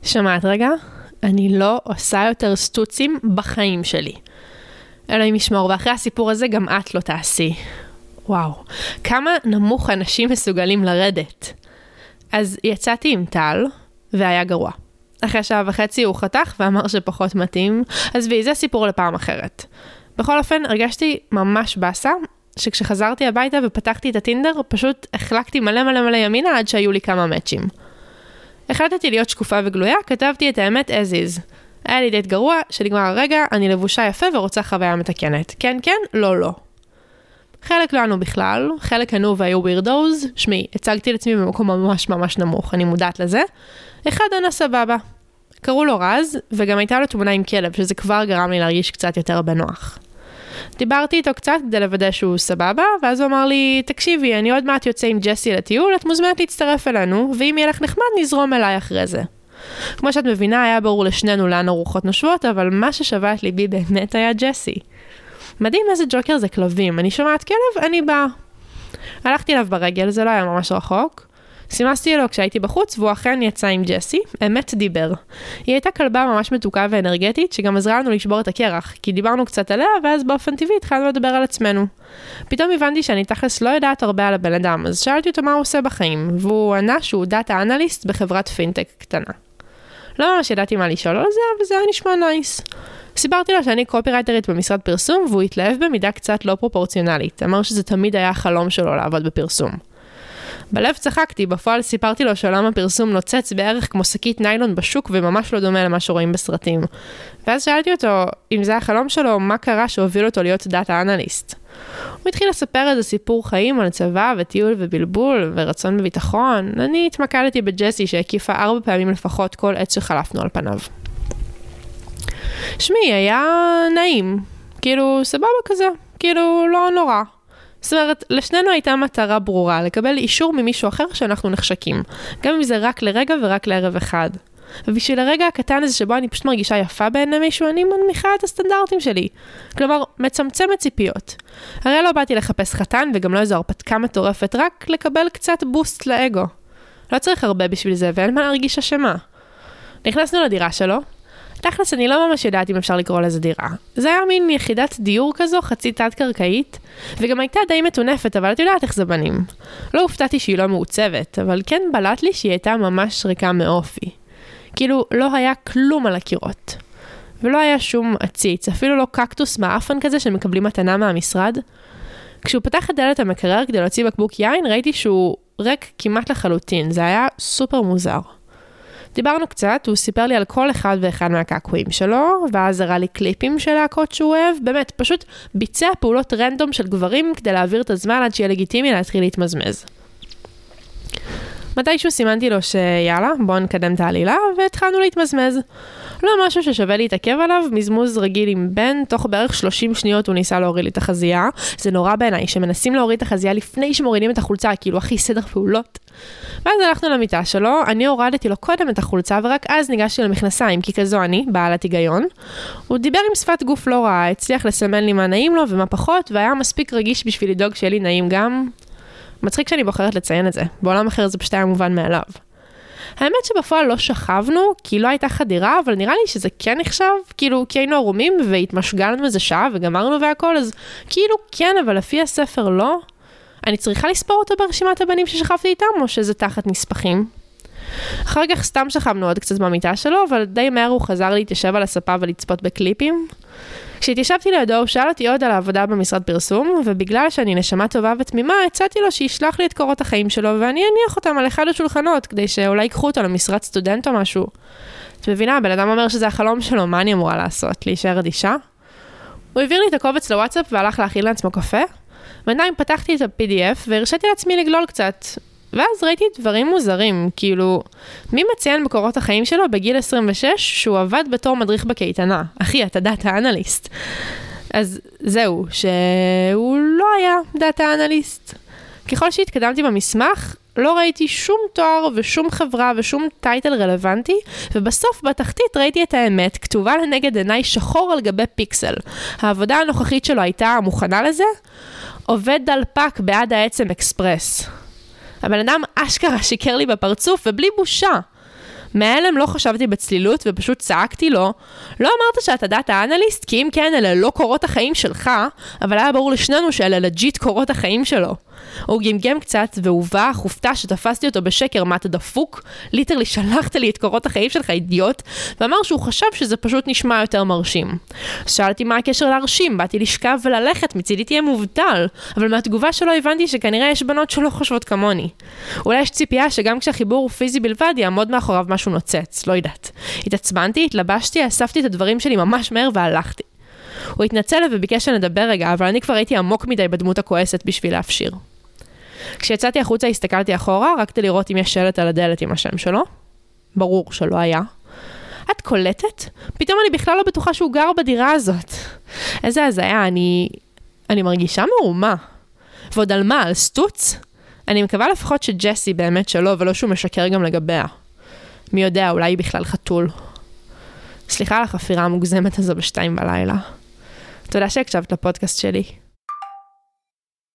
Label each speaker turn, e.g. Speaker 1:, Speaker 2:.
Speaker 1: שמעת רגע? אני לא עושה יותר סטוצים בחיים שלי. אלוהים ישמור, ואחרי הסיפור הזה גם את לא תעשי. וואו, כמה נמוך אנשים מסוגלים לרדת. אז יצאתי עם טל, והיה גרוע. אחרי 1.5 שעות הוא חתך ואמר שפחות מתאים, אז זה סיפור לפעם אחרת. בכל אופן, הרגשתי ממש בסה, שכשחזרתי הביתה ופתחתי את הטינדר, פשוט החלקתי מלא ימינה עד שהיו לי כמה מאצ'ים. החלטתי להיות שקופה וגלויה, כתבתי את האמת as is. היה לי דייט גרוע, שנגמר הרגע, אני לבושה יפה ורוצה חוויה מתקנת. כן, לא. חלק לא ענו בכלל, חלק ענו והיו weirdos, שמי, הצגתי לעצמי במקום ממש נמוך, אני מודעת לזה. אחד ענה סבבה. קראו לו רז, וגם הייתה לו תמונה עם כלב, שזה כבר גרם לי להרגיש קצת יותר בנוח. דיברתי איתו קצת כדי לוודא שהוא סבבה, ואז הוא אמר לי, תקשיבי, אני עוד מעט יוצא עם ג'סי לטיול, את מוזמנת להצטרף אלינו, ואם יהיה לך נחמד, נזרום אליי אחרי זה. כמו שאת מבינה, היה ברור לשנינו לאן ארוחות נושבות, אבל מה ששווה את ליבי באמת היה ג'סי. מדהים איזה ג'וקר זה כלבים, אני שומעת כלב, אני באה. הלכתי אליו ברגל, זה לא היה ממש רחוק. סימסתי לו כשהייתי בחוץ, והוא אכן יצא עם ג'סי, אמת דיבר. היא הייתה כלבה ממש מתוקה ואנרגטית, שגם עזרה לנו לשבור את הקרח, כי דיברנו קצת עליה, ואז באופן טבעי התחלנו לדבר על עצמנו. פתאום הבנתי שאני תכלס לא יודעת הרבה על הבן אדם, אז שאלתי אותו מה הוא עושה בחיים, והוא ענה שהוא דאטה אנליסט בחברת פינטק קטנה. לא ממש ידעתי מה לשאול על זה, אבל זה היה נשמע נייס. סיפרתי לו שאני קופירייטרית במשרד פרסום, והוא התלהב במידה קצת לא פרופורציונלית. אמר שזה תמיד היה החלום שלו לעבוד בפרסום. בלב צחקתי, בפועל סיפרתי לו שעולם הפרסום נוצץ בערך כמו שקית ניילון בשוק וממש לא דומה למה שרואים בסרטים. ואז שאלתי אותו, אם זה החלום שלו, מה קרה שהוביל אותו להיות דאטה אנליסט? הוא התחיל לספר איזה סיפור חיים על צבא וטיול ובלבול ורצון בביטחון. אני התמקדתי בג'סי שהקיפה 4 פעמים לפחות כל עת שחלפנו על פניו. שמי, היה נעים. כאילו, סבבה כזה. כאילו, לא נורא. זאת אומרת, לשנינו הייתה מטרה ברורה, לקבל אישור ממישהו אחר שאנחנו נחשקים. גם אם זה רק לרגע ורק לערב אחד. ובשביל הרגע הקטן הזה שבו אני פשוט מרגישה יפה בעיני מישהו, אני מנמיכה את הסטנדרטים שלי. כלומר, מצמצמת ציפיות. הרי לא באתי לחפש חתן וגם לא איזו הרפתקה מטורפת, רק לקבל קצת בוסט לאגו. לא צריך הרבה בשביל זה ואין מה להרגיש אשמה. נכנסנו לדירה שלו. תכלס, אני לא ממש יודעת אם אפשר לקרוא לזה דירה. זה היה מין יחידת דיור כזו, חצי תת-קרקעית, וגם הייתה די מטונפת, אבל את יודעת איך זה בנים. לא הופתעתי שהיא לא מעוצבת, אבל כן בלט לי שהיא הייתה ממש ריקה מאופי. כאילו, לא היה כלום על הקירות. ולא היה שום עציץ, אפילו לא קקטוס מאפן כזה שמקבלים מתנה מהמשרד. כשהוא פתח את דלת המקרר כדי להוציא בקבוק יין, ראיתי שהוא ריק כמעט לחלוטין. זה היה סופר מוזר. דיברנו קצת, הוא סיפר לי על כל אחד ואחד מהקעקועים שלו, ואז הראה לי קליפים של להקות שהוא אוהב, באמת, פשוט ביצע פעולות רנדום של גברים כדי להעביר את הזמן עד שיהיה לגיטימי להתחיל להתמזמז. מתישהו סימנתי לו שיאללה, בואו נקדם את העלילה, והתחלנו להתמזמז. לא משהו ששווה להתעכב עליו, מזמוז רגיל עם בן, תוך בערך 30 שניות הוא ניסה להוריד לי את החזייה. זה נורא בעיניי, שמנסים להוריד את החזייה לפני שמורידים את החולצה, כאילו הכי סדר פעולות. ואז הלכנו למיטה שלו, אני הורדתי לו קודם את החולצה, ורק אז ניגשתי למכנסיים, כי כזו אני, בעלת היגיון. הוא דיבר עם שפת גוף לא רעה, הצליח לסמן לי מה נעים לו ומה פחות, והיה מספיק רגיש בשביל לדאוג שיהיה לי נעים גם. מצחיק שאני בוחרת לציין את זה, בעולם אחר זה פשוט היה מובן מאליו. האמת שבפועל לא שכבנו, כי לא הייתה חדירה, אבל נראה לי שזה כן נחשב, כאילו כי היינו ערומים והתמשגלנו איזה שעה וגמרנו והכל, אז כאילו כן, אבל לפי הספר לא. אני צריכה לספור אותו ברשימת הבנים ששכבתי איתם, או שזה תחת נספחים? אחר כך סתם שכבנו עוד קצת במיטה שלו, אבל די מהר הוא חזר להתיישב על הספה ולצפות בקליפים. כשהתיישבתי לידו, הוא שאל אותי עוד על העבודה במשרד פרסום, ובגלל שאני נשמה טובה ותמימה, הצעתי לו שישלח לי את קורות החיים שלו, ואני אניח אותם על אחד השולחנות, כדי שאולי ייקחו אותו למשרד סטודנט או משהו. את מבינה, הבן אדם אומר שזה החלום שלו, מה אני אמורה לעשות? להישאר אדישה? הוא העביר לי את הקובץ לוואטסאפ והלך להכין לעצמו קפה. בינתיים פתחתי את ה-PDF והרשיתי לעצמי לגלול קצת. ואז ראיתי דברים מוזרים, כאילו, מי מציין בקורות החיים שלו בגיל 26 שהוא עבד בתור מדריך בקייטנה? אחי, אתה דאטה אנליסט. אז זהו, שהוא לא היה דאטה אנליסט. ככל שהתקדמתי במסמך, לא ראיתי שום תואר ושום חברה ושום טייטל רלוונטי, ובסוף בתחתית ראיתי את האמת, כתובה לנגד עיניי שחור על גבי פיקסל. העבודה הנוכחית שלו הייתה מוכנה לזה? עובד דלפק בעד העצם אקספרס. הבן אדם אשכרה שיקר לי בפרצוף ובלי בושה. מהלם לא חשבתי בצלילות ופשוט צעקתי לו, לא אמרת שאתה דאטה אנליסט, כי אם כן אלה לא קורות החיים שלך, אבל היה ברור לשנינו שאלה לג'יט קורות החיים שלו. הוא גמגם קצת והובא חופתה שתפסתי אותו בשקר, מה אתה דפוק? ליטרלי שלחת לי את קורות החיים שלך, אידיוט, ואמר שהוא חשב שזה פשוט נשמע יותר מרשים. שאלתי מה הקשר להרשים, באתי לשכב וללכת, מצידי תהיה מובטל, אבל מהתגובה שלו הבנתי שכנראה יש בנות שלא חושבות כמוני. אולי יש ציפייה שגם כשהחיבור הוא פיזי בלבד יעמוד מאחוריו משהו נוצץ, לא יודעת. התעצבנתי, התלבשתי, אספתי את הדברים שלי ממש מהר והלכתי. הוא התנצל וביקש שנדבר רגע, אבל אני כבר הייתי עמוק מדי בדמות הכועסת בשביל להפשיר. כשיצאתי החוצה הסתכלתי אחורה, רק כדי לראות אם יש שלט על הדלת עם השם שלו. ברור שלא היה. את קולטת? פתאום אני בכלל לא בטוחה שהוא גר בדירה הזאת. איזה הזיה, אני מרגישה מרומה. ועוד על מה? על סטוץ? אני מקווה לפחות שג'סי באמת שלו, ולא שהוא משקר גם לגביה. מי יודע, אולי היא בכלל חתול. סליחה על החפירה המוגזמת הזו ב2 בלילה. תודה שהקשבת לפודקאסט שלי.